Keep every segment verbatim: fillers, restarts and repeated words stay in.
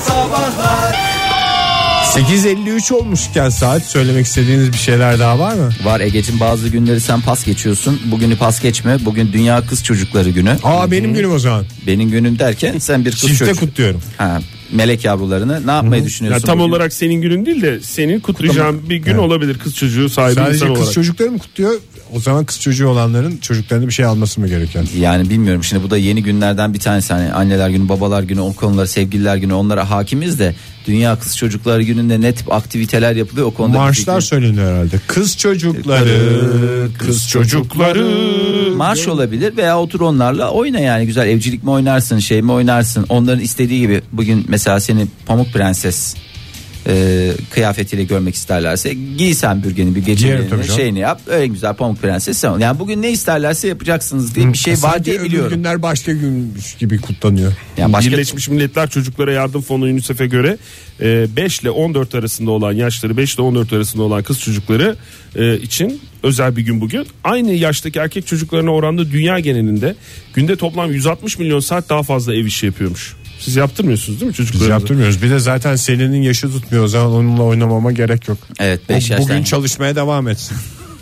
Sabahlar sekiz elli üç olmuşken saat, söylemek istediğiniz bir şeyler daha var mı? Var Egeciğim, bazı günleri sen pas geçiyorsun. Bugünü pas geçme. Bugün Dünya Kız Çocukları Günü. Aa, benim günüm o zaman. Benim günüm derken sen bir kız Çifte çocuk. kutluyorum. Ha, melek yavrularını ne yapmayı Ya düşünüyorsun? tam bugün? olarak senin günün değil de senin kutlayacağın Kutlama. bir gün Evet. olabilir, kız çocuğu sahibi Sadece insan kız olarak. çocukları mı kutluyor? O zaman kız çocuğu olanların çocuklarına bir şey alması mı gereken? Yani bilmiyorum, şimdi bu da yeni günlerden bir tanesi, hani anneler günü, babalar günü, o konulara, sevgililer günü, onlara hakimiz de Dünya Kız Çocukları Günü'nde ne tip aktiviteler yapılıyor o konuda. Marşlar söyleniyor herhalde. Kız çocukları, kız çocukları. Marş olabilir veya otur onlarla oyna, yani güzel evcilik mi oynarsın, şey mi oynarsın, onların istediği gibi. Bugün mesela seni Pamuk Prenses e, kıyafetiyle görmek isterlerse giy sen bürgeni, bir Giyerim tabii gece canım. şeyini yap, öyle güzel Pamuk Prenses sen ol. Yani bugün ne isterlerse yapacaksınız diye bir şey var Sanki diye öbür biliyorum. günler başka günmüş gibi kutlanıyor. Yani başka Birleşmiş Milletler Çocuklara Yardım Fonu UNICEF'e göre beş ile on dört arasında olan yaşları, beş ile on dört arasında olan kız çocukları e, için özel bir gün bugün. Aynı yaştaki erkek çocuklarına oranla dünya genelinde günde toplam yüz altmış milyon saat daha fazla ev işi yapıyormuş. Siz yaptırmıyorsunuz değil mi Biz çocuklarınızı? yaptırmıyoruz. Bir de zaten Selin'in yaşı tutmuyor, o zaman onunla oynamama gerek yok. Evet, beş O yaştan bugün çalışmaya devam etsin.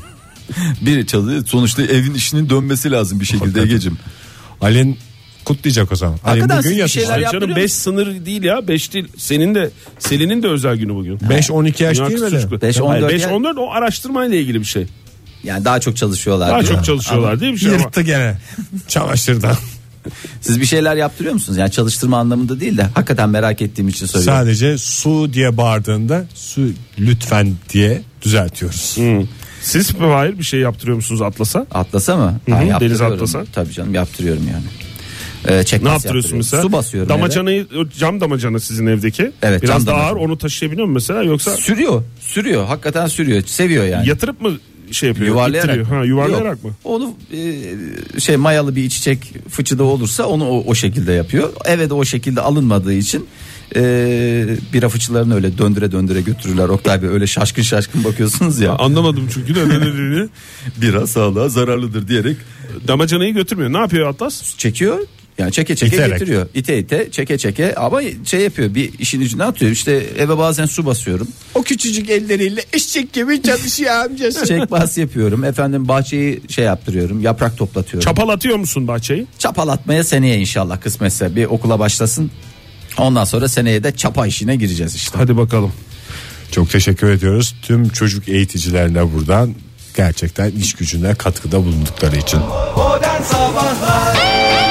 biri çalıyor, sonuçta evin işinin dönmesi lazım bir şekilde Egeciğim. Alin kutlayacak o zaman. Alin Hakikaten bugün siz bir yatacak. şeyler Ay yaptırıyor canım, beş sınır değil ya, beş değil. Senin de Selin'in de özel günü bugün. beş on iki yaş Dünya değil Kız mi? de? Çocukları. beş on Hayır, dört beş ya- on dört o araştırmayla ilgili bir şey. Yani daha çok çalışıyorlar. Daha diyor. çok çalışıyorlar değil mi? Şey ama Yırttı gene çamaşırdan. Siz bir şeyler yaptırıyor musunuz? Yani çalıştırma anlamında değil de hakikaten merak ettiğim için soruyorum. Sadece su diye bağırdığında su lütfen diye düzeltiyoruz. Hmm. Siz mi, hayır, bir şey yaptırıyor musunuz Atlas'a? Atlasa mı? Hı hı, Ha, deniz yaptırıyorum. atlasa. Tabii canım, yaptırıyorum yani. Ee, çekmez Ne yaptırıyorsun yaptırıyorum. mesela? Su basıyorum. Damacanayı, o cam damacana sizin evdeki. Evet, Biraz cam daha damacana. ağır, onu taşıyabiliyor mu mesela, yoksa eve. Sürüyor. Sürüyor. Hakikaten sürüyor. Seviyor yani. yatırıp mı şey yapıyor? Yuvarlayarak. İttiriyor? Ha, yuvarlayarak Yok, mı? Onu e, şey mayalı bir içecek fıçıda olursa onu o, o şekilde yapıyor. Eve de o şekilde alınmadığı için e, bira fıçılarını öyle döndüre döndüre götürürler. Oktay Bey, öyle şaşkın şaşkın bakıyorsunuz ya. Anlamadım çünkü de ne dediğini. Bira sağlığa zararlıdır diyerek Damacanayı götürmüyor. Ne yapıyor Atlas? çekiyor. Yani çeke çeke İterek. getiriyor. İte ite çeke çeke ama şey yapıyor, bir işin ucuna atıyor. İşte eve bazen su basıyorum. O küçücük elleriyle eşek gibi çalışıyor amcası. Çek bas yapıyorum. Efendim bahçeyi şey yaptırıyorum. Yaprak toplatıyorum. Çapalatıyor musun bahçeyi? Çapalatmaya seneye inşallah kısmetse bir okula başlasın. Ondan sonra seneye de çapa işine gireceğiz işte. Hadi bakalım. Çok teşekkür ediyoruz tüm çocuk eğiticilerine buradan, gerçekten iş gücüne katkıda bulundukları için. Modern Sabahlar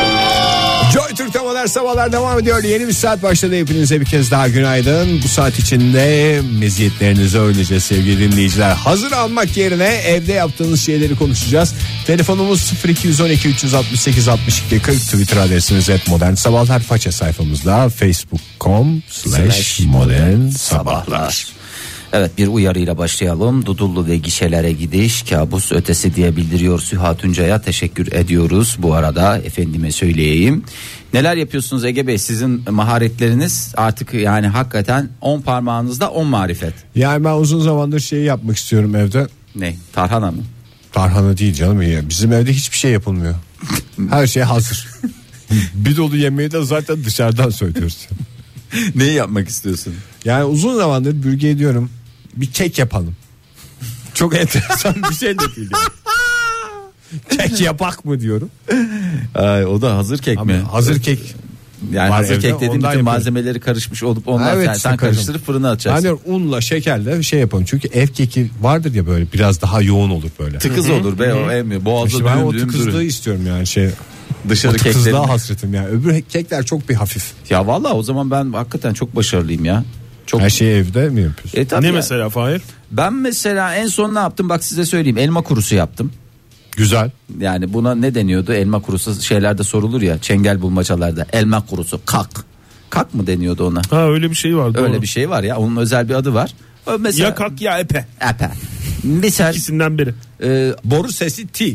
Joy Türk'te Modern Sabahlar devam ediyor. Yeni bir saat başladı. Hepinize bir kez daha günaydın. Bu saat içinde meziyetlerinizi öylece sevgili dinleyiciler hazır almak yerine evde yaptığınız şeyleri konuşacağız. Telefonumuz sıfır iki on iki üç altı sekiz altmış iki kırk. Twitter adresimiz et modern sabahlar. Faça sayfamızda facebook nokta com slash modern sabahlar. Evet, bir uyarıyla başlayalım. Dudullu ve gişelere gidiş kabus ötesi diye bildiriyor Süha Tuncay'a, teşekkür ediyoruz. Bu arada efendime söyleyeyim. Neler yapıyorsunuz Ege Bey? Sizin maharetleriniz artık yani hakikaten on parmağınızda on marifet. Yani ben uzun zamandır şeyi yapmak istiyorum evde. Ne? Tarhana mı? Tarhana değil canım ya. Bizim evde hiçbir şey yapılmıyor. Her şey hazır. Bir dolu yemeği de zaten dışarıdan söylüyoruz. Neyi yapmak istiyorsun? Yani uzun zamandır bürge ediyorum. Bir kek yapalım. Çok enteresan bir şey de değil. Yani. Kek yapak mı diyorum. Ay, o da hazır kek Ama mi? hazır kek. Yani var hazır evde, kek dediğim ondan bütün yapıyorum. malzemeleri karışmış olup ondan Evet, sen, işte sen karışım. karıştırıp fırına atacaksın. Yani unla şekerle bir şey yapalım. Çünkü ev keki vardır ya, böyle biraz daha yoğun olur böyle. Tıkız olur be, o emmi. Boğazda İşte ben o dürüm dürüm tıkızlığı dürüm. istiyorum yani şey. Dışarı o tıkızlığa keklerin. hasretim yani. Öbür kekler çok bir hafif. Ya vallahi o zaman ben hakikaten çok başarılıyım ya. Çok. Her şeyi evde mi yapıyorsun? E, tabii Ne ya. mesela Fahir? Ben mesela en son ne yaptım, bak size söyleyeyim, elma kurusu yaptım. Güzel. Yani buna ne deniyordu, elma kurusu şeylerde sorulur ya, çengel bulmacalarda, elma kurusu kak. Kak mı deniyordu ona? Ha, öyle bir şey vardı. Öyle doğru. bir şey var ya, onun özel bir adı var. O mesela, Ya kak ya epe. Epe. Mesela İkisinden biri. e, Boru sesi T.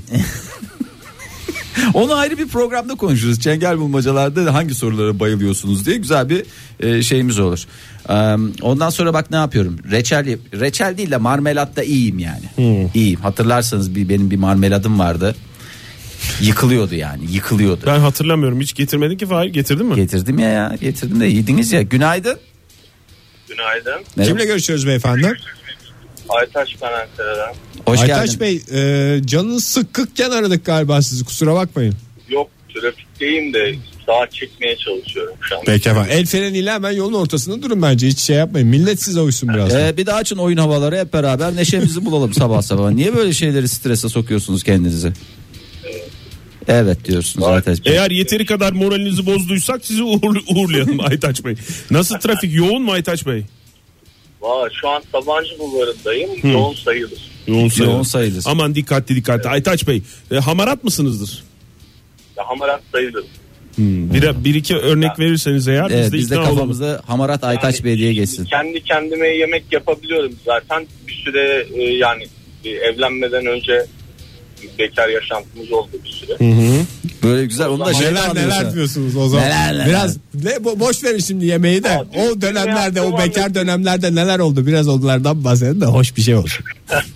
onu ayrı bir programda konuşuruz. Çengel bulmacalarda hangi sorulara bayılıyorsunuz diye güzel bir e, şeyimiz olur. E, ondan sonra bak ne yapıyorum. Reçel reçel değil de marmelatta iyiyim yani. Hmm. İyiyim. Hatırlarsanız bir benim bir marmeladım vardı. Yıkılıyordu yani, yıkılıyordu. Ben hatırlamıyorum, hiç getirmedin ki Fahir, getirdin mi? Getirdim ya ya getirdim de yediniz ya. Günaydın. Günaydın. Merhaba. Kimle görüşüyoruz beyefendi? Aytaç ben Ankara'dan. Hoş Aytaç geldin. Bey, e, canınız sıkkıkken aradık galiba sizi, kusura bakmayın. Yok, trafikteyim de sağa çekmeye çalışıyorum şu an. Peki efendim, el freniyle hemen yolun ortasında durun, bence hiç şey yapmayın, millet size uysun biraz. Ee, bir daha açın oyun havaları, hep beraber neşemizi bulalım sabah sabah. Niye böyle şeyleri strese sokuyorsunuz kendinizi? Evet diyorsunuz Aytaç Bey. Eğer yeteri kadar moralinizi bozduysak sizi uğur, uğurlayalım Aytaç Bey. Nasıl trafik, yoğun mu Aytaç Bey? Valla şu an Sabancı Bulvarı'ndayım. Hı. Yoğun sayılır. Yoğun sayılır. Yoğun sayılır. Aman dikkatli dikkatli. Aytaç Bey, e, hamarat mısınızdır? Ya, hamarat sayılır. Hmm. Bir, bir iki örnek ya. verirseniz eğer Evet, biz de biz de ikna olalım. kafamızda hamarat Aytaç Yani Bey diye geçsin. Kendi kendime yemek yapabiliyorum zaten. Bir süre e, yani e, evlenmeden önce bekar yaşantımız oldu bir süre. Hı hı. Böyle güzel, onu da şeyden Neler alıyorsa. neler diyorsunuz o zaman. Neler, neler. Biraz ne, bo- boş verin şimdi yemeği de. Ya, o dönemlerde, o bekar anlatayım. dönemlerde neler oldu, biraz onlardan bahsedin de hoş bir şey olsun.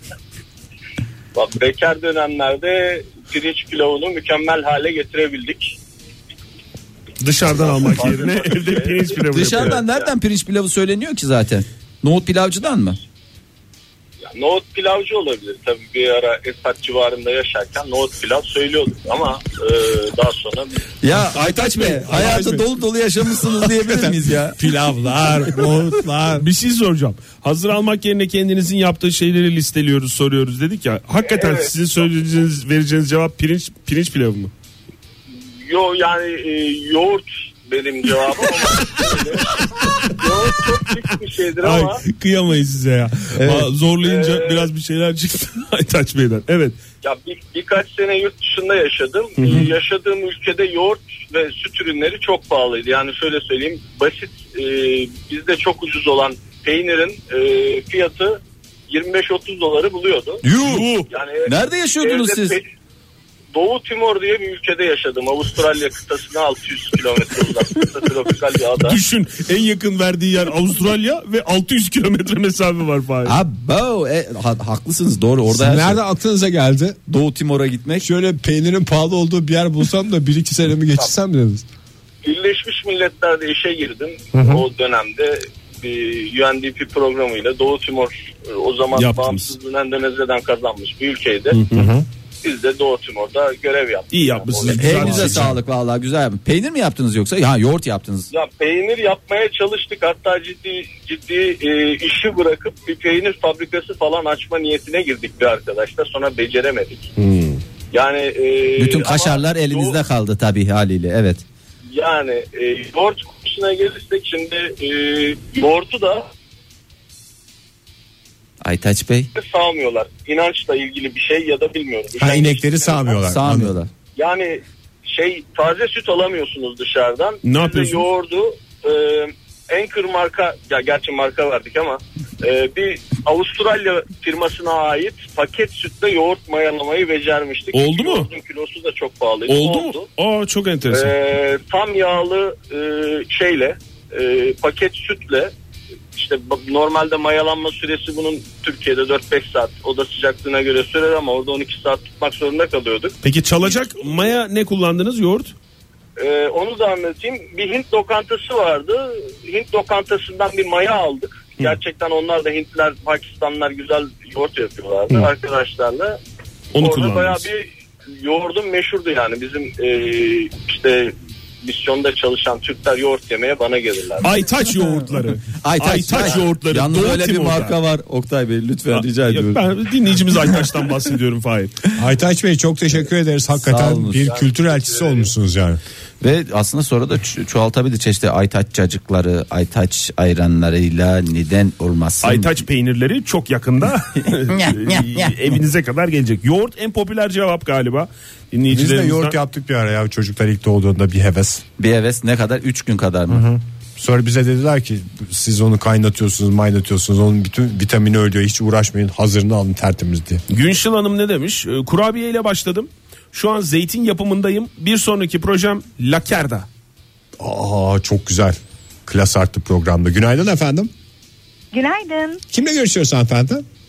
Bak, bekar dönemlerde pirinç pilavını mükemmel hale getirebildik. Dışarıdan almak yerine evde pirinç pilavı Dışarıdan yapıyor. nereden pirinç pilavı söyleniyor ki zaten? Nohut pilavcıdan mı? Ya, nohut pilavcı olabilir. Tabii bir ara Esat civarında yaşarken nohut pilav söylüyorduk ama e, daha sonra... Ya Aytaç Bey, hayatı dolu dolu yaşamışsınız diyebilir miyiz ya? Pilavlar, nohutlar. Bir şey soracağım. Hazır almak yerine kendinizin yaptığı şeyleri listeliyoruz, soruyoruz dedik ya. Hakikaten Evet. sizin söyleyeceğiniz, vereceğiniz cevap pirinç pirinç pilavı mı? Yo yani e, yoğurt benim cevabım ama yoğurt çok lüks bir şeydir Ay, ama kıyamayız size ya. Evet. Aa, zorlayınca Ee, biraz bir şeyler çıktı Aytaç Bey'den. Evet. ya bir, birkaç sene yurt dışında yaşadım. Ee, yaşadığım ülkede yoğurt ve süt ürünleri çok pahalıydı. Yani şöyle söyleyeyim, basit e, bizde çok ucuz olan peynirin e, fiyatı yirmi beş otuz doları buluyordu. Yuh! Yani Nerede yaşıyordunuz evde siz? pe- Doğu Timor diye bir ülkede yaşadım. Avustralya kıtasına altı yüz kilometre uzaklıkta, tropikal bir ada. Düşün, en yakın verdiği yer Avustralya ve altı yüz kilometre mesafe var Fahir. Abo, e, ha- haklısınız, doğru, orada Siz her şey. nerede aklınıza geldi? Doğu Timor'a gitmek. Şöyle peynirin pahalı olduğu bir yer bulsam da bir iki senemi geçirsem mi dediniz? Birleşmiş Milletler'de işe girdim. O dönemde bir U N D P programıyla Doğu Timor o zaman Yaptınız. bağımsızlığını Endonezya'dan kazanmış bir ülkeydi. Biz de Doğu Timor'da görev yaptık. İyi yapmışsınız. Yani Güzel Elinize bir şey. sağlık vallahi, güzel yapın. Peynir mi yaptınız yoksa? Ha, yoğurt yaptınız. ya peynir yapmaya çalıştık, hatta ciddi ciddi e, işi bırakıp bir peynir fabrikası falan açma niyetine girdik bir arkadaşla, sonra beceremedik. Yani e, Bütün ama kaşarlar elinizde yoğurt- kaldı tabii haliyle, evet. Yani e, yoğurt konusuna gelirsek şimdi e, yoğurtu da Aytaç Bey sağmıyorlar. İnançla ilgili bir şey ya da bilmiyorum. Ha, inekleri sağmıyorlar. sağmıyorlar. Yani şey, taze süt alamıyorsunuz dışarıdan. Ne Biz de yapıyorsunuz? yoğurdu e, Anchor marka, ya gerçi marka verdik ama e, bir Avustralya firmasına ait paket sütle yoğurt mayalamayı becermiştik. Oldu Çünkü mu? yoğurdun kilosu da çok pahalıydı. Oldu mu? Aa, çok enteresan. E, tam yağlı e, şeyle e, paket sütle, işte normalde mayalanma süresi bunun Türkiye'de dört beş saat, oda sıcaklığına göre sürer ama orada on iki saat tutmak zorunda kalıyorduk. Peki çalacak maya ne kullandınız, yoğurt? Ee, onu da anlatayım. Bir Hint lokantası vardı. Hint lokantasından bir maya aldık. Hı. Gerçekten onlar da Hintliler, Pakistanlılar güzel yoğurt yapıyorlardı. Hı. Arkadaşlarla. Onu Orada kullandınız. bayağı bir yoğurdum meşhurdu yani. Bizim e, işte misyonda çalışan Türkler yoğurt yemeye bana gelirler. Aytaç yoğurtları. Aytaç, Aytaç yoğurtları. Yalnız Doğu öyle bir Timor'da. marka var Oktay Bey, lütfen rica Ya, ediyorum. ben dinleyicimiz Aytaç'tan bahsediyorum Fahir. Aytaç Bey çok teşekkür ederiz. Sağ Hakikaten olun. bir kültür elçisi olmuşsunuz yani. Ve aslında sonra da ço- çoğaltabilir çeşitli Aytaç cacıkları, Aytaç ayranlarıyla neden olmasın? Aytaç peynirleri çok yakında evinize kadar gelecek. Yoğurt en popüler cevap galiba. Biz de Dinleyicilerimizden. yoğurt yaptık bir ara ya, çocuklar ilk doğduğunda bir heves. Bir heves ne kadar? Üç gün kadar mı? Sonra bize dediler ki siz onu kaynatıyorsunuz, maynatıyorsunuz, onun bütün vitamini ölüyor, hiç uğraşmayın, hazırını alın tertemiz diye. Günşil Hanım ne demiş? Ee, Kurabiye ile başladım. Şu an zeytin yapımındayım. Bir sonraki projem Lakerda. Aa, çok güzel. Klas arttı programda. Günaydın efendim. Günaydın. Kimle görüşüyoruz hanımefendi?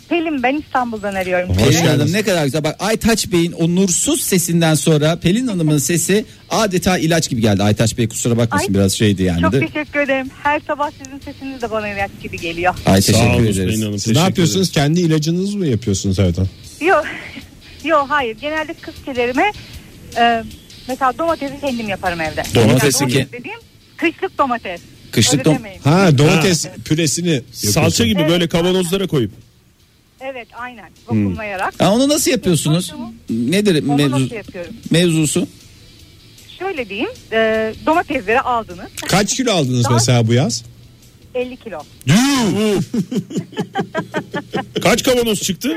Pelin, ben İstanbul'dan arıyorum. Pelin Hanım ne kadar güzel. Bak Aytaç Bey'in o nursuz sesinden sonra Pelin Hanım'ın sesi adeta ilaç gibi geldi. Aytaç Bey kusura bakmasın, Ay, biraz şeydi yani. Çok de. teşekkür ederim. Her sabah sizin sesiniz de bana ilaç gibi geliyor. Ay Sağ teşekkür olun ederiz. Pelin Hanım, Siz ne teşekkür yapıyorsunuz? Kendi ilacınızı mı yapıyorsunuz zaten? Yok, yok hayır. Genelde kız kelerime e, mesela domatesi kendim yaparım evde. Domatesi Yani ki- domates dediğim kışlık domates. Kışlık Öyle dom- demeyin. Ha, domates püresini yapıyorsunuz. Salça gibi Evet, böyle kavanozlara koyup. Evet aynen. Vakumlayarak. Ha, onu nasıl yapıyorsunuz? Nedir Onu mevzu, nasıl yapıyorum? mevzusu? Şöyle diyeyim. E, domatesleri aldınız. Kaç kilo aldınız Daha- mesela bu yaz? elli kilo. Kaç kavanoz çıktı?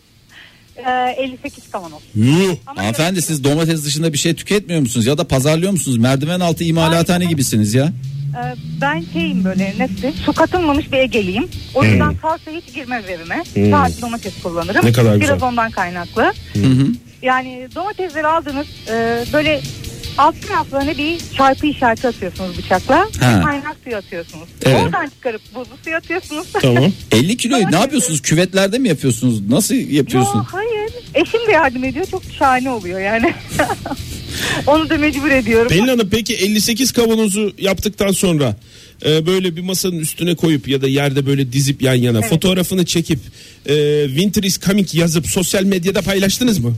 E, elli sekiz kavanoz. Yuh. Ama Hanımefendi siz domates dışında bir şey tüketmiyor musunuz? Ya da pazarlıyor musunuz? Merdiven altı imalathane Hayır. gibisiniz ya. Ee, ben şeyim böyle nasıl su katılmamış bir Ege'liyim. O yüzden salça hiç girmez evime. Sadece domates kullanırım. Ne kadar güzel. Biraz ondan kaynaklı. Hı hı. Yani domatesleri aldınız e, böyle alt taraflarına bir çarpı işareti atıyorsunuz bıçakla. Ha. Kaynak suyu atıyorsunuz. Evet. Oradan çıkarıp buzlu suyu atıyorsunuz. Tamam. elli kiloyu ne yapıyorsunuz? Küvetlerde mi yapıyorsunuz? Nasıl yapıyorsunuz? Yok hayır. Eşim de yardım ediyor. Çok şahane oluyor yani. Onu da mecbur ediyorum. Pelin Hanım peki elli sekiz kavanozu yaptıktan sonra e, böyle bir masanın üstüne koyup ya da yerde böyle dizip yan yana Evet. fotoğrafını çekip e, Winter is coming yazıp sosyal medyada paylaştınız mı?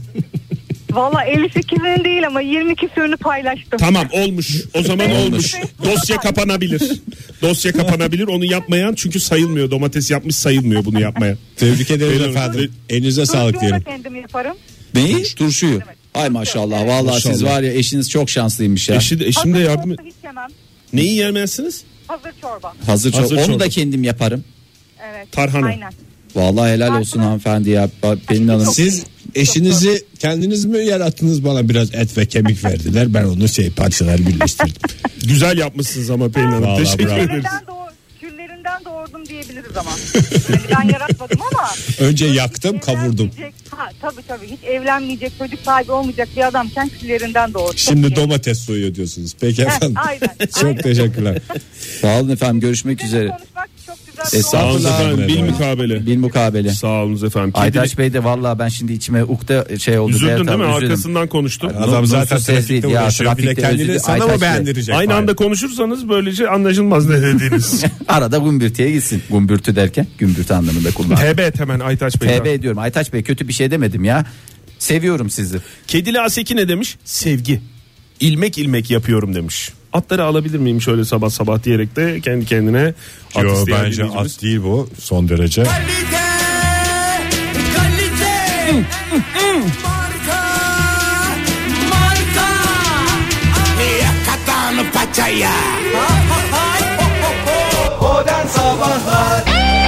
Valla elli sekizini değil ama yirmi küsürünü paylaştım. Tamam olmuş. O zaman olmuş. Dosya kapanabilir. Dosya kapanabilir. Onu yapmayan çünkü sayılmıyor. Domates yapmış sayılmıyor bunu yapmaya. Tebrik ederiz Pelin Hanım, efendim. Elinize sağlık Turşuyu da diyelim. kendim yaparım. Neyi? Turşuyu. Ay maşallah. Evet. Vallahi siz Maşallah. var ya eşiniz çok şanslıymış ya. Eşi de, eşim de Hazır yardım. çorba hiç yemem. Neyi yemezsiniz? Hazır çorba. Hazır, Hazır çok. Onu çorba. da kendim yaparım. Evet. Tarhana. Aynen. Vallahi helal olsun Tarhana. hanımefendi ya. Bak, Pelin Hanım. Siz eşinizi kendiniz mi yarattınız, bana biraz et ve kemik verdiler. Ben onu şey parçalar birleştirdim. Güzel yapmışsınız ama Pelin Hanım. Vallahi Teşekkür bravo. ederiz. Küllerinden, doğ küllerinden doğurdum diyebiliriz ama. Yani ben yaratmadım ama. Önce hiç yaktım, kavurdum. evlenmeyecek- Ha, tabii tabii hiç evlenmeyecek, çocuk sahibi olmayacak bir adamken küllerinden doğurdum. Şimdi Çok iyi. domates soyuyor diyorsunuz. Peki Heh, efendim. aynen, Çok aynen. teşekkürler. Sağ olun efendim. Görüşmek Sizinle üzere. konuşmak çok güzel. E, bir sağ olun Sağ olun Estağfurullah. efendim. Bil Evet. mukabele. Bil mukabele. Sağ olun efendim. Kedili- Aytaç Bey de vallahi ben şimdi içime ukde şey oldu. Üzüldün Dert değil mi? aldım, üzüldüm. Arkasından konuştum. Adam zaten Nursuz trafikte sezdi ya, uğraşıyor. Bir de trafikte kendini özür- sana Aytaç mı Bey. beğendirecek? Aynı Hayır. anda konuşursanız böylece anlaşılmaz ne dediğiniz. Arada gümbürtüye gitsin. Gümbürtü derken gümbürtü anlamında kullan. T B hemen Aytaç Bey. T B ediyorum. Aytaç Bey kötü bir şey demedim ya. Seviyorum sizi. Kedili Aseki ne demiş? Sevgi. İlmek ilmek yapıyorum demiş. Atları alabilir miyim şöyle sabah sabah diyerek de kendi kendine at Yo, isteyen bence dinleyicimiz. at değil bu son derece. Kalite, kalite, marka, marka. Yakatan paçaya. Modern Sabahlar.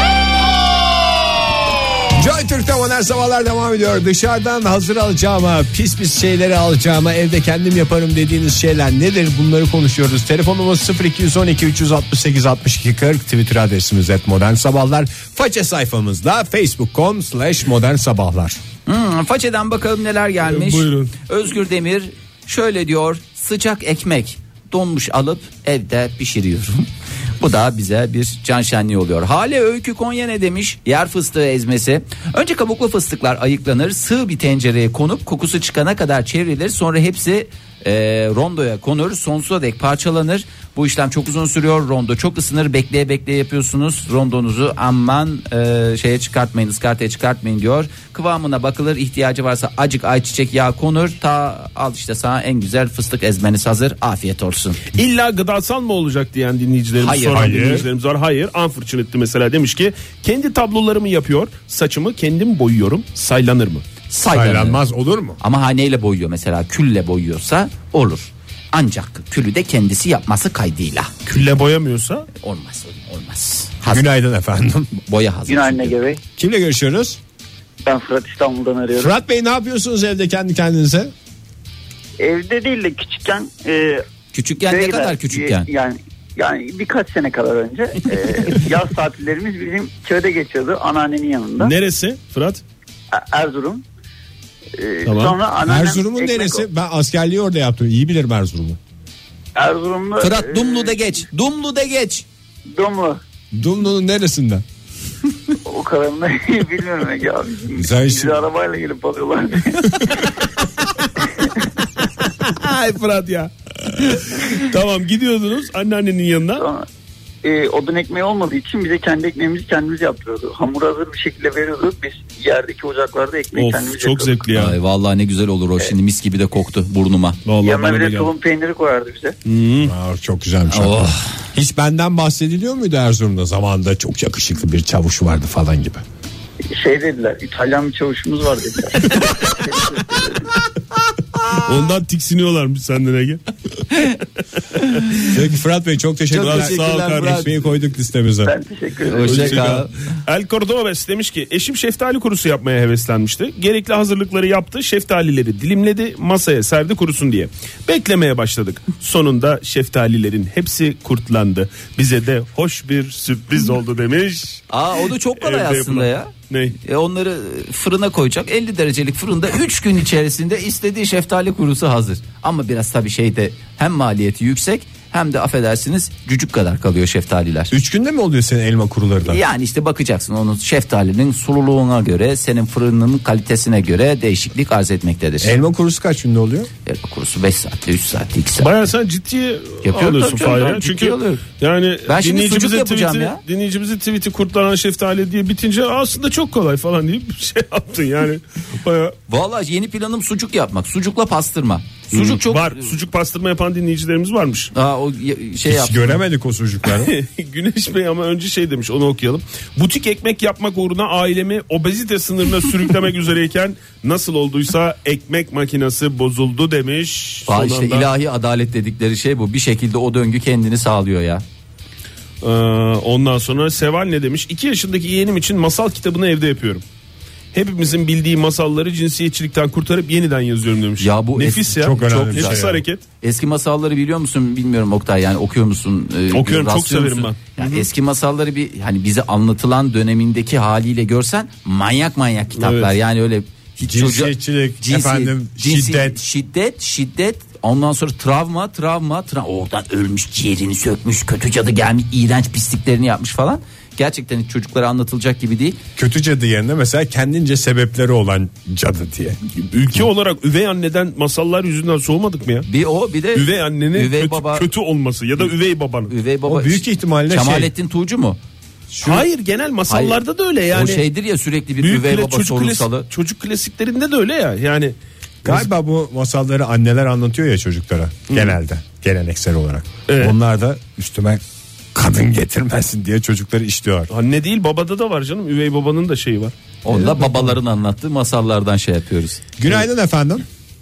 Joy Türk'te modern sabahlar devam ediyor. Dışarıdan hazır alacağıma, pis pis şeyleri alacağıma, evde kendim yaparım dediğiniz şeyler nedir? Bunları konuşuyoruz. Telefonumuz sıfır iki on iki üç altı sekiz altmış iki kırk. Twitter adresimiz et modern sabahlar. Faça sayfamızda facebook nokta com slash modern sabahlar. Hmm, façeden bakalım neler gelmiş. Ee, buyurun. Özgür Demir şöyle diyor: sıcak ekmek donmuş alıp evde pişiriyorum. Bu da bize bir can şenliği oluyor. Hale Öykü Konya ne demiş? Yer fıstığı ezmesi. Önce kabuklu fıstıklar ayıklanır, sığ bir tencereye konup kokusu çıkana kadar çevrilir. Sonra hepsi e, rondoya konur, sonsuza dek parçalanır. Bu işlem çok uzun sürüyor. Rondo çok ısınır. Bekleye bekleye yapıyorsunuz. Rondonuzu aman e, şeye çıkartmayın, ıskartaya çıkartmayın diyor. Kıvamına bakılır. İhtiyacı varsa acık ayçiçek yağı konur. Ta al işte sana en güzel fıstık ezmeniz hazır. Afiyet olsun. İlla gıdasal mı olacak diyen dinleyicilerimiz, Hayır. soran Hayır. dinleyicilerimiz var. Hayır. Unfortunately mesela demiş ki kendi tablolarımı yapıyor, saçımı kendim boyuyorum, saylanır mı? Saylanır. Saylanmaz olur mu? Ama haneyle boyuyor, mesela külle boyuyorsa olur. Ancak külü de kendisi yapması kaydıyla. Külle boyamıyorsa Olmaz, olmaz. Hazır. Günaydın efendim. Boya hazır. Günaydın çünkü. Ege Bey. Kimle görüşüyoruz? Ben Fırat, İstanbul'dan arıyorum. Fırat Bey, ne yapıyorsunuz evde kendi kendinize? Evde değil de küçükken e, Küçükken ne köye kadar gider- küçükken? Yani yani birkaç sene kadar önce e, yaz tatillerimiz bizim köyde geçiyordu, anneannemin yanında. neresi Fırat? E- Erzurum. E, Tamam. Sonra anneannem Erzurum'un ekmek neresi? o- Ben askerliği orada yaptım. İyi bilirim Erzurum'u. Erzurum'da. Fırat e, Dumlu'da geç. Dumlu'da geç. Dumlu. Dumlu'nun neresinden? O kadarını bilmiyorum Ege abi. Sen Bizi şimdi- arabayla gelip alıyorlar. Ay Fırat ya. Tamam, gidiyordunuz anneannenin yanına. Sonra, e, odun ekmeği olmadığı için bize kendi ekmeğimizi kendimiz yaptırıyordu. Hamuru hazır bir şekilde veriyordu. Biz yerdeki ocaklarda ekmeği kendimiz Of, çok yapıyorduk. zevkli ya. Ay vallahi ne güzel olur o şimdi, mis gibi de koktu burnuma. Vallahi Yanına bana da bir de geldi. tulum peyniri koyardı bize. Aa, çok güzelmiş. Oh. Hiç benden bahsediliyor muydu Erzurum'da zamanında çok yakışıklı bir çavuş vardı falan gibi? Şey dediler, İtalyan bir çavuşumuz var dediler. Ondan tiksiniyorlarmış senden Ege. Peki Fırat Bey çok teşekkürler. Çok teşekkürler Sağ ol kardeşim. Fırat. Ekmeği koyduk listemize. Ben teşekkür ederim. Hoşçakal. El Cordobes demiş ki eşim şeftali kurusu yapmaya heveslenmişti. Gerekli hazırlıkları yaptı. Şeftalileri dilimledi, masaya serdi kurusun diye. Beklemeye başladık. Sonunda şeftalilerin hepsi kurtlandı. Bize de hoş bir sürpriz oldu demiş. Aa o da çok kolay Evde aslında yapılan. ya. Ne? E onları fırına koyacak, elli derecelik fırında üç gün içerisinde istediği şeftali kurusu hazır. Ama biraz tabii şeyde hem maliyeti yüksek hem de affedersiniz cücük kadar kalıyor şeftaliler. Üç günde mi oluyor senin elma kuruları da? Yani işte bakacaksın onun şeftalinin sululuğuna göre, senin fırının kalitesine göre değişiklik arz etmektedir. Elma kurusu kaç günde oluyor? Elma kurusu beş saatte, üç saatte, iki saatte. Bayağı sen ciddiye Yapıyorum alıyorsun tabii canım, Fahir. ben ciddiye Çünkü alıyorum. yani Ben şimdi dinleyicimizin sucuk yapacağım tweetini, ya. dinleyicimizin tweet'i kurtlanan şeftali diye bitince aslında çok kolay falan deyip bir şey yaptın yani. Bayağı Vallahi yeni planım sucuk yapmak. Sucukla pastırma. Sucuk çok var. Sucuk pastırma yapan dinleyicilerimiz varmış. Aa, o y- şey Hiç yaptım. göremedik o sucukları. Güneş Bey ama önce şey demiş, onu okuyalım. Butik ekmek yapmak uğruna ailemi obezite sınırına sürüklemek üzereyken nasıl olduysa ekmek makinesi bozuldu demiş. Aa, Son işte anda, ilahi adalet dedikleri şey bu. Bir şekilde o döngü kendini sağlıyor ya. Ee, ondan sonra Seval ne demiş? iki yaşındaki yeğenim için masal kitabını evde yapıyorum. Hepimizin bildiği masalları cinsiyetçilikten kurtarıp yeniden yazıyorum demiş. Ya bu nefis eski- ya. çok önemli bir nefis şey ya. hareket. Eski masalları biliyor musun bilmiyorum Oktay, yani okuyor musun? Ee, Okuyorum, çok rastlıyor severim musun? Yani eski masalları bir hani bize anlatılan dönemindeki haliyle görsen manyak manyak kitaplar. Evet. Yani öyle hiç Cinsiyetçilik, çocuğa- efendim, şiddet. şiddet, şiddet. Ondan sonra travma, travma, tra- oradan ölmüş, ciğerini sökmüş, kötü cadı gelmiş, iğrenç pisliklerini yapmış falan. Gerçekten hiç çocuklara anlatılacak gibi değil. Kötü cadı yerine mesela kendince sebepleri olan cadı diye. Ülke olarak üvey anneden masallar yüzünden soğumadık mı ya? Bir o bir de Üvey annenin üvey kötü, baba, kötü olması ya da üvey babanın. üvey baba. O büyük ihtimalle Kemalettin Tuğcu mu? Hayır, genel masallarda Hayır. da öyle yani. O şeydir ya, sürekli bir Büyük üvey kla- baba çocuk, sorunsalı. klasik, çocuk klasiklerinde de öyle ya. Yani Galiba bu masalları anneler anlatıyor ya çocuklara genelde geleneksel olarak. Evet. Onlar da üstüme kadın getirmesin diye çocukları işliyor. anne değil babada da var canım. Üvey babanın da şeyi var. Onda babaların anlattığı masallardan şey yapıyoruz. Günaydın efendim.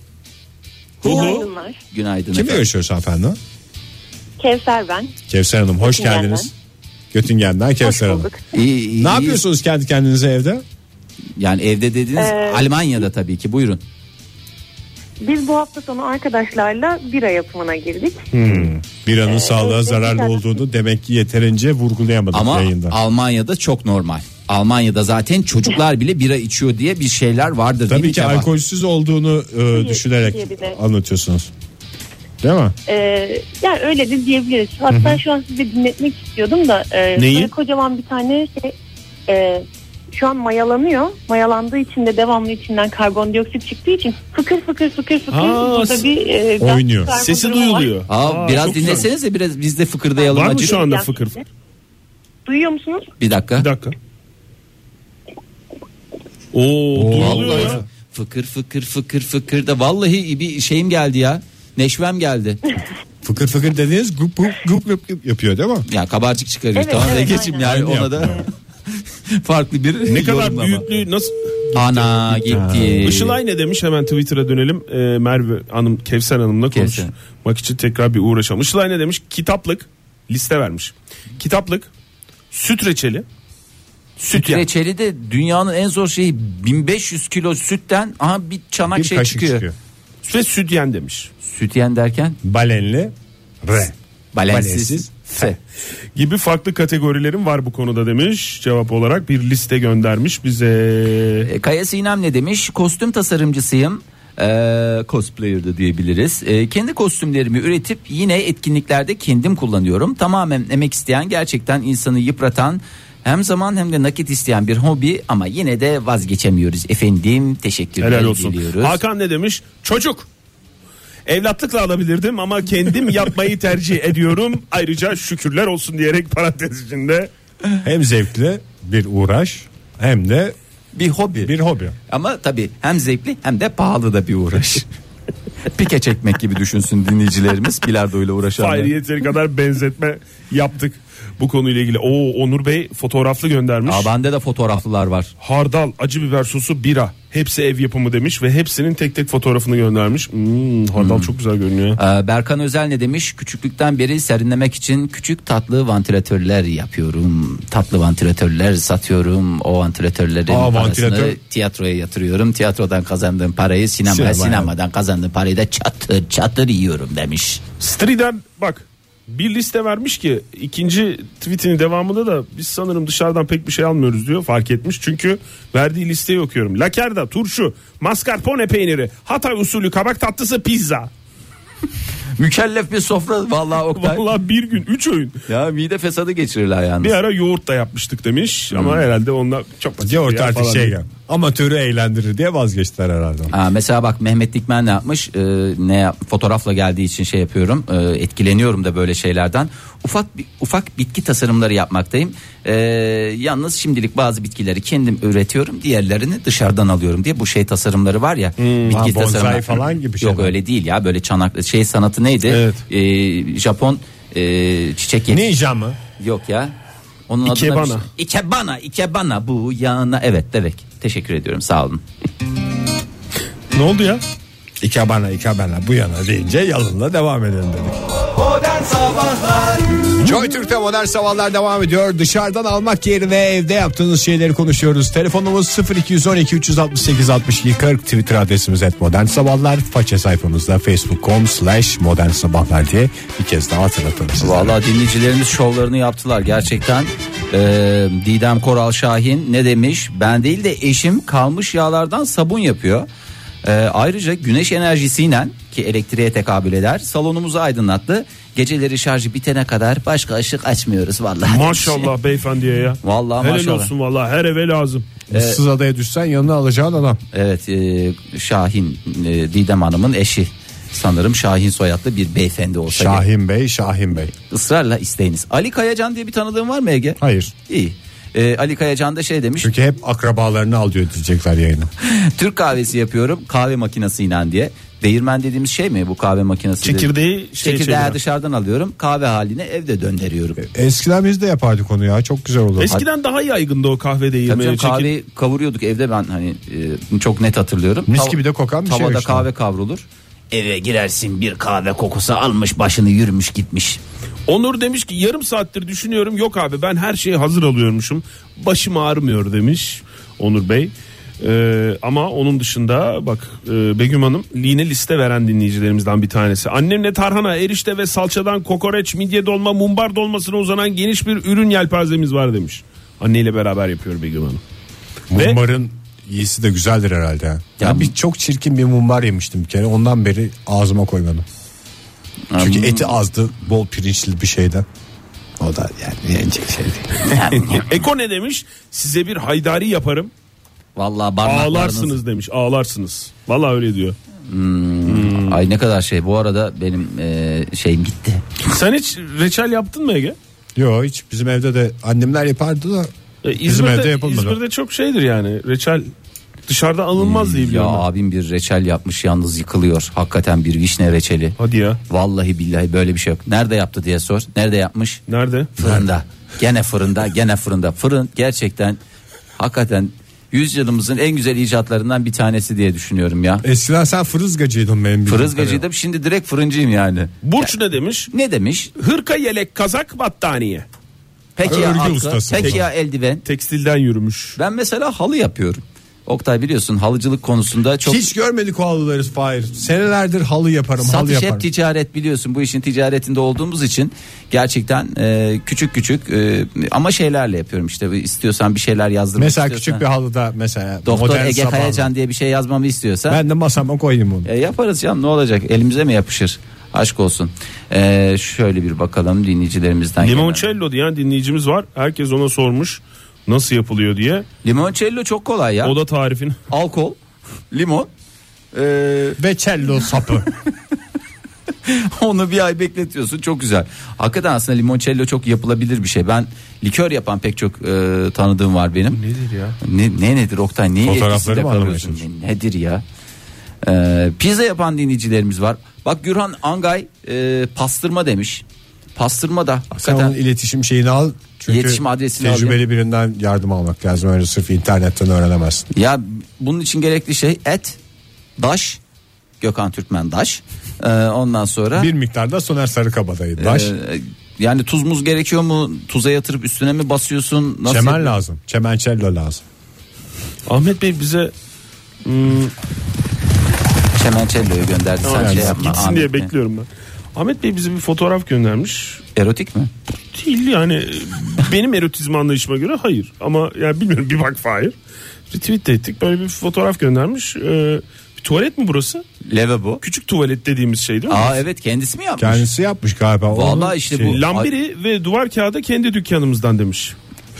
Günaydınlar. Günaydın Kimle efendim. görüşüyoruz efendim? Kevser ben. Kevser Hanım hoş Göttingen'den. geldiniz. Göttingen'den Kevser Hanım. bulduk. İyi, iyi, Ne iyi. yapıyorsunuz kendi kendinize evde? Yani evde dediğiniz Ee, Almanya'da tabii ki, buyurun. Biz bu hafta sonu arkadaşlarla bira yapımına girdik. Biranın sağlığa evet, zararlı evet. olduğunu demek ki yeterince vurgulayamadık Ama yayında. Almanya'da çok normal. Almanya'da zaten çocuklar bile bira içiyor diye bir şeyler vardır değil Tabii mi ki Kemal? alkolsüz olduğunu e, düşünerek diye bir de. anlatıyorsunuz. Değil mi? Ee, yani öyle de diyebiliriz. Hatta şu an size dinletmek istiyordum da. E, Neyi? böyle kocaman bir tane şey e, şu an mayalanıyor. Mayalandığı için de devamlı içinden karbondioksit çıktığı için fıkır fıkır fıkır fıkır Aa, burada bir e, gaz oynuyor. çıkarma Sesi durumu var. duyuluyor. Aa, Aa, biraz çok güzel. dinlesenize, biraz biz de fıkırdayalım. Var mı acık. şu anda Yani fıkır? size. Duyuyor musunuz? Bir dakika. Bir dakika. Oo, duyuluyor Vallahi ya. fıkır fıkır fıkır fıkır da vallahi bir şeyim geldi ya. Neşvem geldi. Fıkır fıkır dediğiniz gup gup gup gup gup yapıyor değil mi? Ya kabarcık çıkarıyor, Evet, tamam evet, Ege'cim, aynen. yani Aynı ona da yapıyor. farklı bir Ne kadar yorumlama. büyüklüğü nasıl? Ana gitti. Işılay ne demiş, hemen Twitter'a dönelim. Ee, Merve Hanım, Kevser Hanım'la Kevser. konuşmak için tekrar bir uğraşalım. Işılay ne demiş? Kitaplık, liste vermiş. Kitaplık, süt reçeli, süt yağı. Reçeli de dünyanın en zor şeyi, bin beş yüz kilo sütten aha bir çanak Bir şey kaşık çıkıyor. çıkıyor. ve sütyen demiş. Sütyen derken Balenli re. balensiz Balensiz fe. Gibi farklı kategorilerim var bu konuda demiş. Cevap olarak bir liste göndermiş bize. E, Kaya Sinem ne demiş? Kostüm tasarımcısıyım. E, cosplayer da diyebiliriz. E, kendi kostümlerimi üretip yine etkinliklerde kendim kullanıyorum. Tamamen emek isteyen, gerçekten insanı yıpratan Hem zaman hem de nakit isteyen bir hobi ama yine de vazgeçemiyoruz efendim. Teşekkürler Helal olsun. diliyoruz. Hakan ne demiş? Çocuk. Evlatlıkla alabilirdim ama kendim yapmayı tercih ediyorum. Ayrıca şükürler olsun diyerek parantez içinde. Hem zevkli bir uğraş hem de Bir hobi. bir hobi. Ama tabii hem zevkli hem de pahalı da bir uğraş. Pike çekmek gibi düşünsün dinleyicilerimiz, bilardo ile uğraşanlar. Fahir yeteri kadar benzetme yaptık bu konuyla ilgili. Oo, Onur Bey fotoğraflı göndermiş. Aa, bende de fotoğraflılar var. Hardal, acı biber sosu, bira. Hepsi ev yapımı demiş ve hepsinin tek tek fotoğrafını göndermiş. Hmm, hardal hmm. çok güzel görünüyor. Ee, Berkan Özel ne demiş? Küçüklükten beri serinlemek için küçük tatlı vantilatörler yapıyorum. Tatlı vantilatörler satıyorum. O vantilatörlerin Aa, parasını vantilatör. tiyatroya yatırıyorum. Tiyatrodan kazandığım parayı sinemaya, Sinemaya. sinemadan kazandığım parayı da çatır çatır yiyorum demiş. Strider bak bir liste vermiş ki ikinci tweetinin devamında da biz sanırım dışarıdan pek bir şey almıyoruz diyor, fark etmiş. Çünkü verdiği listeyi okuyorum. Lakerda, turşu, mascarpone peyniri, Hatay usulü kabak tatlısı, pizza. Mükellef bir sofra vallahi Oktay. Vallahi bir gün üç öğün. Ya mide fesadı geçirirler yalnız. Bir ara yoğurt da yapmıştık demiş ama herhalde onlar çok basit. Yoğurt ya artık falan şey diye. gel. Amatörü eğlendirir diye vazgeçtiler herhalde. Aa, mesela bak Mehmet Dikmen ne yapmış? Ee, ne yap- fotoğrafla geldiği için şey yapıyorum. Ee, etkileniyorum da böyle şeylerden. Ufak ufak bitki tasarımları yapmaktayım. Ee, yalnız şimdilik bazı bitkileri kendim üretiyorum, diğerlerini dışarıdan alıyorum diye. Bu şey tasarımları var ya. Bitki Ha, bonsai tasarımları falan gibi Yok şeyler. öyle değil ya, böyle çanak şey sanatı neydi? Evet. Ee, Japon e, çiçek yetiş- Ninja mı? Yok ya. Onun adına Ikebana. bir şey- Ikebana, Ikebana bu yana. Evet, demek. Teşekkür ediyorum. Sağ olun. Ne oldu ya? İkebana ikebana bu yana deyince yalınla devam edelim dedik. Modern Sabahlar Joy Türk'te Modern Sabahlar devam ediyor. Dışarıdan almak yerine evde yaptığınız şeyleri konuşuyoruz. Telefonumuz sıfır iki on iki üç altı sekiz altmış iki kırk. Twitter adresimiz et Modern Sabahlar. Faça sayfamızda facebook nokta com slash modern sabahlar diye bir kez daha hatırlatalım size. Vallahi dinleyicilerimiz şovlarını yaptılar gerçekten. Ee, Didem Koral Şahin ne demiş? Ben değil de eşim kalmış yağlardan sabun yapıyor. Ee, ayrıca güneş enerjisiyle, ki elektriğe tekabül eder, salonumuzu aydınlattı. Geceleri şarjı bitene kadar başka ışık açmıyoruz vallahi. Maşallah beyefendiye ya. Vallahi Helal maşallah. olsun vallahi, her eve lazım. Issız adaya düşsen yanına alacağın adam. Evet, e, Şahin, e, Didem Hanım'ın eşi. Sanırım Şahin soyadlı bir beyefendi olsa gerek. Şahin Bey, Şahin Bey. Israrla isteyiniz. Ali Kayacan diye bir tanıdığın var mı Ege? Hayır. İyi. Ee, Ali Kayacan da şey demiş. Çünkü hep akrabalarını alıyor diyecekler yayını. Türk kahvesi yapıyorum kahve makinesiyle diye. Değirmen dediğimiz şey mi bu kahve makinesi? Çekirdeği şey Çekirdeği çeviriyor. dışarıdan alıyorum, kahve haline evde döndürüyorum. Eskiden biz de yapardık onu ya, çok güzel oldu. Eskiden daha yaygındı o kahve Tabii değirmeni. canım, Çekir- kahveyi kavuruyorduk evde, ben hani e, çok net hatırlıyorum. Mis Tav- gibi de kokan bir şey Tavada işte. kahve kavrulur. Eve girersin, bir kahve kokusu almış başını yürümüş gitmiş. Onur demiş ki yarım saattir düşünüyorum, yok abi ben her şeyi hazır alıyormuşum, başım ağrımıyor demiş Onur Bey. Ee, ama onun dışında bak e, Begüm Hanım line liste veren dinleyicilerimizden bir tanesi. Annemle tarhana, erişte ve salçadan kokoreç, midye dolma, mumbar dolmasına uzanan geniş bir ürün yelpazemiz var demiş. Anneyle beraber yapıyor Begüm Hanım. Ve- Mumbarın iyisi de güzeldir herhalde. Ya. Ya Ya bir çok çirkin bir mumbar yemiştim bir kere. Ondan beri ağzıma koymadım. Çünkü Hmm. eti azdı, bol pirinçli bir şeyden. O da yani yenecek şey değil. Eko ne demiş? Size bir haydari yaparım. Vallahi parmaklarınız. Ağlarsınız demiş. Ağlarsınız. Vallahi öyle diyor. Hmm. Ay ne kadar şey. Bu arada benim e, şeyim gitti. Sen hiç reçel yaptın mı Ege? Yok, hiç bizim evde de annemler yapardı da E, bizim İzmir'de, evde yapılmadı. İzmir'de çok şeydir yani. Reçel dışarıda alınmaz diye Ya biliyorum. ben. abim bir reçel yapmış, yalnız yıkılıyor. Hakikaten bir vişne reçeli. Hadi ya. Vallahi billahi böyle bir şey yok. Nerede yaptı diye sor. Nerede yapmış? Nerede? Fırında. Gene fırında, gene fırında. Fırın gerçekten hakikaten yüzyılımızın en güzel icatlarından bir tanesi diye düşünüyorum ya. Eskiden sen fırızgacıydın benim bildiğim Fırızgacıydım, şimdi direkt fırıncıyım yani. Burç ne demiş? Ne demiş? Hırka, yelek, kazak, battaniye. Peki ya Örgü atkı, ustası. peki ya eldiven. Tekstilden yürümüş. Ben mesela halı yapıyorum. Oktay biliyorsun halıcılık konusunda çok... Hiç görmedik o halıları Fahir. Senelerdir halı yaparım, halı Satış yaparım. hep ticaret biliyorsun, bu işin ticaretinde olduğumuz için gerçekten e, küçük küçük e, ama şeylerle yapıyorum işte, istiyorsan bir şeyler yazdırmak Mesela istiyorsan. küçük bir halıda mesela Doktor modern Ege sabahlar. Kayacan diye bir şey yazmamı istiyorsan. Ben de masama koyayım onu. E, yaparız canım, ne olacak, elimize mi yapışır, aşk olsun. E, şöyle bir bakalım dinleyicilerimizden. Limoncello diyen dinleyicimiz var, herkes ona sormuş nasıl yapılıyor diye. Limoncello çok kolay ya. O da tarifini. Alkol, limon e, ve cello sapı. onu bir ay bekletiyorsun, çok güzel. Hakikaten aslında limoncello çok yapılabilir bir şey. Ben likör yapan pek çok e, tanıdığım var benim. Nedir ya? Ne, ne nedir Oktay? Neyi Fotoğrafları etkisiyle mı anlamaya kalıyorsun? Ne- Nedir ya? E, pizza yapan dinleyicilerimiz var. Bak Gürhan Angay e, pastırma demiş. Pastırma da Sen hakikaten. onun iletişim şeyini al. Çünkü İletişim adresini tecrübeli alayım. birinden yardım almak lazım. Öyle sırf internetten öğrenemezsin. Ya bunun için gerekli şey et, daş, Gökhan Türkmen daş. E, ondan sonra Bir miktarda Soner Sarıkabadayı. Daş. e, yani tuz muz gerekiyor mu? Tuza yatırıp üstüne mi basıyorsun? Nasıl Çemen yapıyorsun? lazım. Çemencello lazım. Ahmet Bey bize hmm, Çemencello'yu gönderdi. Sen Ahmet, şey yapma. gitsin Ahmet diye Bey. bekliyorum ben. Ahmet Bey bize bir fotoğraf göndermiş. Erotik mi? Değil yani, benim erotizm anlayışıma göre hayır. Ama yani bilmiyorum, bir bak Fahir. Retweet de ettik, böyle bir fotoğraf göndermiş. Ee, bir tuvalet mi burası? Lavabo. Küçük tuvalet dediğimiz şey değil mi? Aa evet, kendisi mi yapmış? Kendisi yapmış galiba. Vallahi Onun işte şey- bu- Lambiri ve duvar kağıdı kendi dükkanımızdan demiş.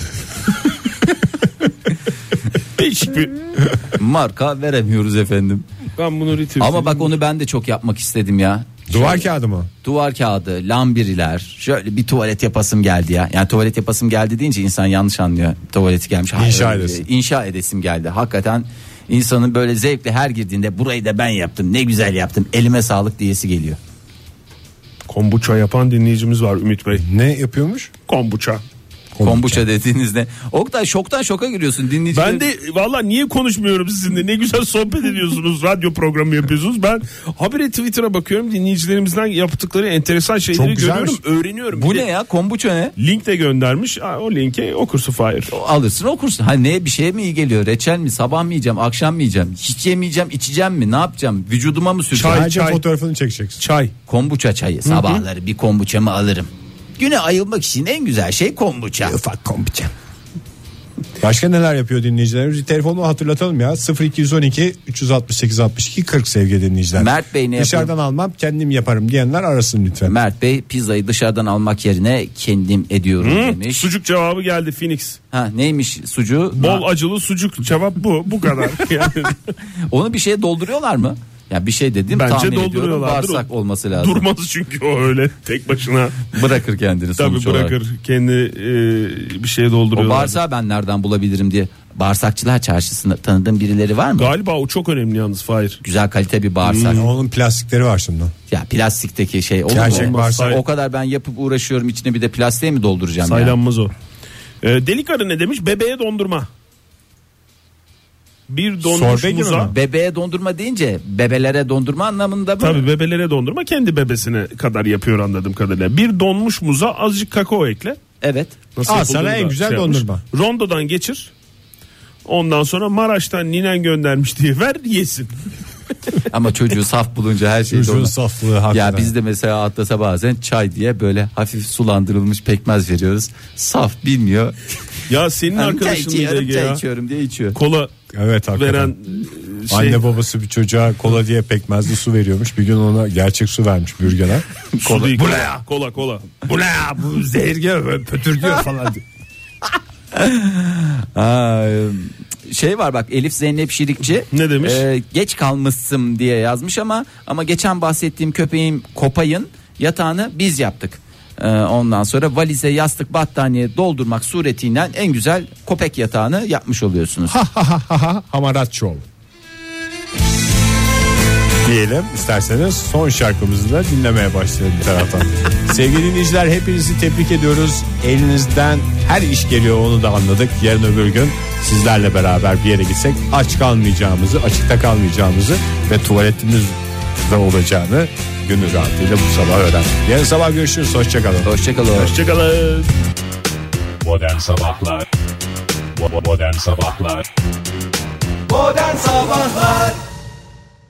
Değişik bir. Marka veremiyoruz efendim. Ben bunu retweet Ama bak edeyim. onu ben de çok yapmak istedim ya. Duvar kağıdı mı? Duvar kağıdı, lambiriler, şöyle bir tuvalet yapasım geldi ya. Yani tuvalet yapasım geldi deyince insan yanlış anlıyor. Tuvaleti gelmiş. Hayır, İnşa öyle- edesin. İnşa edesim geldi. Hakikaten insanın böyle zevkle her girdiğinde burayı da ben yaptım, ne güzel yaptım, elime sağlık diyesi geliyor. Kombuça yapan dinleyicimiz var Ümit Bey. Ne yapıyormuş? Kombuça. Kombuça dediğinizde. Oktay şoktan şoka giriyorsun dinleyiciler. Ben de valla niye konuşmuyorum sizinle, ne güzel sohbet ediyorsunuz, radyo programı yapıyorsunuz. Ben habire Twitter'a bakıyorum, dinleyicilerimizden yaptıkları enteresan şeyleri Çok güzelmiş. görüyorum, öğreniyorum. Bu Bir ne de ya, kombuça ne? link de göndermiş. Aa, o linke okursun Fahir. Alırsın okursun. Ha ne, bir şey mi iyi geliyor? Reçel mi? Sabah mı yiyeceğim? Akşam mı yiyeceğim? Hiç yemeyeceğim, içeceğim mi? Ne yapacağım? Vücuduma mı süreceğim? Çay, Sadece çay. fotoğrafını çekeceksin. Çay. Kombuça çayı. Sabahları bir kombuçamı alırım. Güne ayılmak için en güzel şey kombuça. Ufak kombuça. Başka neler yapıyor dinleyicilerimiz? Telefonunu hatırlatalım ya. sıfır iki on iki üç altı sekiz altmış iki kırk sevgili dinleyiciler. Mert Bey ne Dışarıdan yapıyor? almam, kendim yaparım diyenler arasın lütfen. Mert Bey pizzayı dışarıdan almak yerine kendim ediyorum Hı, demiş. sucuk cevabı geldi Phoenix. Ha neymiş sucuğu? Bol Na- acılı sucuk, cevap bu. Bu kadar. Yani Onu bir şeye dolduruyorlar mı? Ya bir şey dedim bence tahmin ediyorum dolduruyorlardır. bağırsak olması lazım. durmaz çünkü o öyle tek başına. Bırakır kendini Tabii sonuç bırakır. olarak. Kendi e, bir şeye O dolduruyorlar. bağırsağı ben nereden bulabilirim diye. Bağırsakçılar çarşısında tanıdığım birileri var mı? Galiba o çok önemli yalnız Fahir. Güzel kalite bir bağırsak. Yani onun plastikleri var şimdi. Ya plastikteki şey olur Gerçek mu? bağırsak. O kadar ben yapıp uğraşıyorum, içine bir de plastiğe mi dolduracağım ya? Saylanmaz o. E, delik arı ne demiş? Bebeğe dondurma. Bir donmuş Sorbe gibi muza. mi? Bebeğe dondurma deyince bebelere dondurma anlamında mı? Tabii bebelere dondurma, kendi bebesine kadar yapıyor anladığım kadarıyla. Bir donmuş muza azıcık kakao ekle. Evet. Nasıl Al yapıldığını sana en da güzel yapmış. dondurma. Rondodan geçir. Ondan sonra Maraş'tan ninen göndermiş diye ver yesin. Ama çocuğu saf bulunca her şey Çocuğun doğru. saflığı hakikaten. Ya biz de mesela atlasa bazen çay diye böyle hafif sulandırılmış pekmez veriyoruz. Saf bilmiyor. Ya senin Çay arkadaşın içiyorum, mıydı çay ya? içiyorum diye içiyor. Kola Evet hakikaten. veren e, şey. Anne babası bir çocuğa kola diye pekmezli su veriyormuş. Bir gün ona gerçek su vermiş bürgene. Kola, Bu ne ya? Kola kola. Bu ne ya? Bu zehir gibi pötürtüyor falan diye. Aa, şey var bak, Elif Zeynep Şirikçi Ne demiş? e, geç kalmışsın diye yazmış ama ama geçen bahsettiğim köpeğim Kopay'ın yatağını biz yaptık. E, ondan sonra valize, yastık, battaniye doldurmak suretiyle en güzel köpek yatağını yapmış oluyorsunuz. Ha ha ha ha ha Hamarat Show. Diyelim isterseniz son şarkımızı da dinlemeye başlayalım bir taraftan. Sevgili dinleyiciler, hepinizi tebrik ediyoruz. Elinizden her iş geliyor, onu da anladık. Yarın öbür gün sizlerle beraber bir yere gitsek aç kalmayacağımızı, açıkta kalmayacağımızı ve tuvaletimiz de olacağını gönül rahatlığıyla bu sabah öğrendik. Yarın sabah görüşürüz. Hoşçakalın. Hoşçakalın. Hoşçakalın. Modern Sabahlar Bo- Modern Sabahlar Modern Sabahlar